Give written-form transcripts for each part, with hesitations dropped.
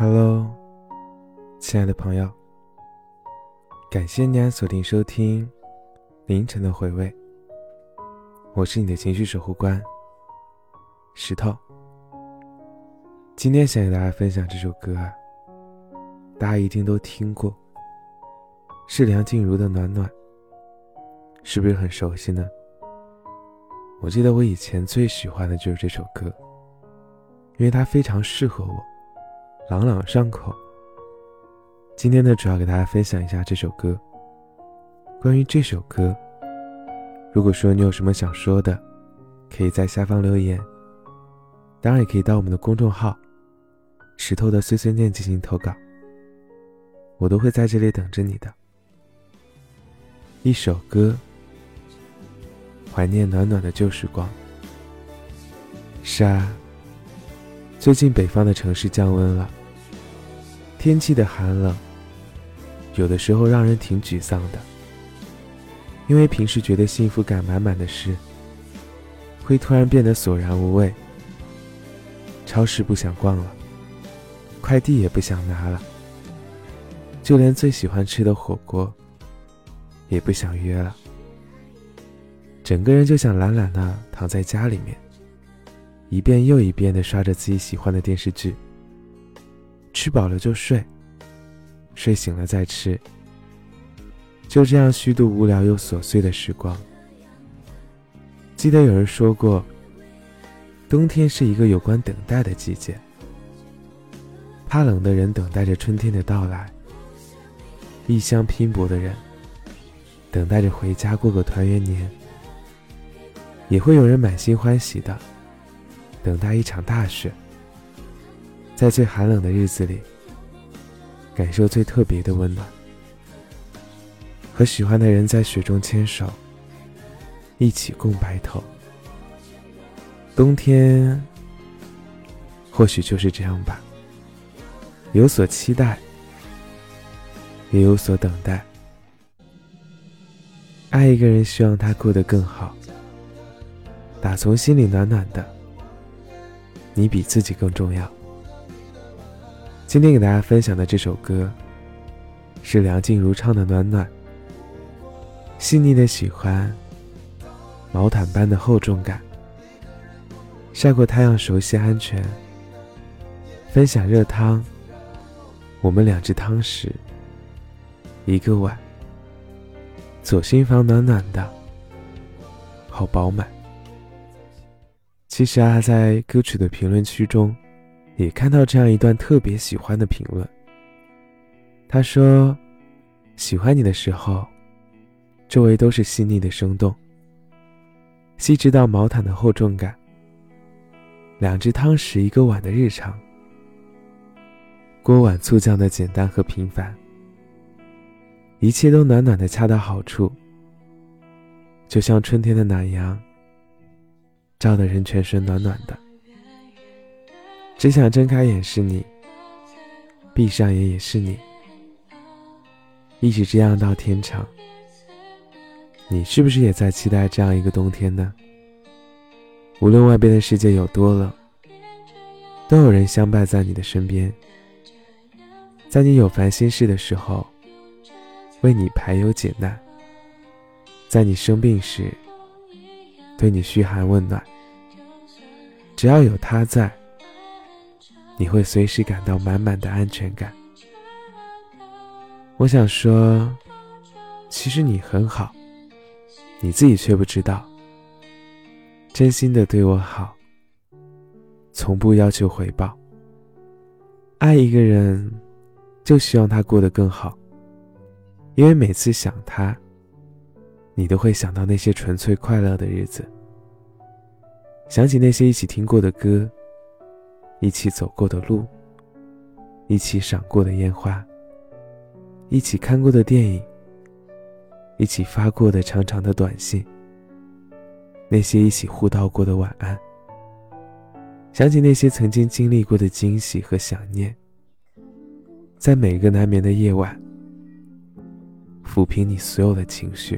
Hello， 亲爱的朋友，感谢你锁定收听凌晨的回味，我是你的情绪守护官石头。今天想给大家分享这首歌大家一定都听过，是梁静茹的《暖暖》，是不是很熟悉呢？我记得我以前最喜欢的就是这首歌，因为它非常适合我，朗朗上口。今天呢，主要给大家分享一下这首歌。关于这首歌，如果说你有什么想说的，可以在下方留言，当然也可以到我们的公众号石头的碎碎念进行投稿，我都会在这里等着你的。一首歌，怀念暖暖的旧时光。是啊，最近北方的城市降温了，天气的寒冷有的时候让人挺沮丧的，因为平时觉得幸福感满满的事会突然变得索然无味。超市不想逛了，快递也不想拿了，就连最喜欢吃的火锅也不想约了，整个人就想懒懒地躺在家里面，一遍又一遍地刷着自己喜欢的电视剧，吃饱了就睡，睡醒了再吃，就这样虚度无聊又琐碎的时光。记得有人说过，冬天是一个有关等待的季节，怕冷的人等待着春天的到来，异乡拼搏的人等待着回家过个团圆年，也会有人满心欢喜的等待一场大雪，在最寒冷的日子里感受最特别的温暖，和喜欢的人在雪中牵手，一起共白头。冬天或许就是这样吧，有所期待，也有所等待。爱一个人，希望他过得更好，打从心里暖暖的，你比自己更重要。今天给大家分享的这首歌是梁静茹唱的《暖暖》，细腻的喜欢，毛毯般的厚重感，晒过太阳熟悉安全，分享热汤，我们2只汤匙一个碗，左心房暖暖的，好饱满。其实在歌曲的评论区中也看到这样一段特别喜欢的评论。他说，喜欢你的时候，周围都是细腻的生动，细致到毛毯的厚重感，2只汤匙一个碗的日常，锅碗醋酱的简单和平凡，一切都暖暖的恰到好处，就像春天的暖阳，照得人全身暖暖的。只想睁开眼是你，闭上眼也是你，一直这样到天长。你是不是也在期待这样一个冬天呢？无论外边的世界有多冷，都有人相伴在你的身边，在你有烦心事的时候为你排忧解难，在你生病时对你嘘寒问暖。只要有他在，你会随时感到满满的安全感。我想说，其实你很好，你自己却不知道，真心的对我好，从不要求回报。爱一个人，就希望他过得更好，因为每次想他，你都会想到那些纯粹快乐的日子，想起那些一起听过的歌，一起走过的路，一起赏过的烟花，一起看过的电影，一起发过的长长的短信，那些一起互道过的晚安，想起那些曾经经历过的惊喜和想念，在每个难眠的夜晚抚平你所有的情绪。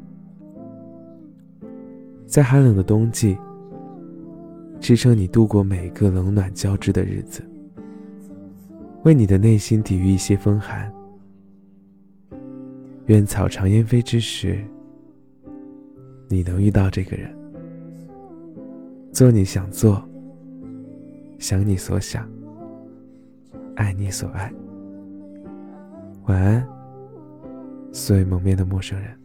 在寒冷的冬季，支撑你度过每一个冷暖交织的日子。 为你的内心抵御一些风寒。愿草长烟飞之时，你能遇到这个人，做你想做，想你所想，爱你所爱。晚安，素未谋面的陌生人。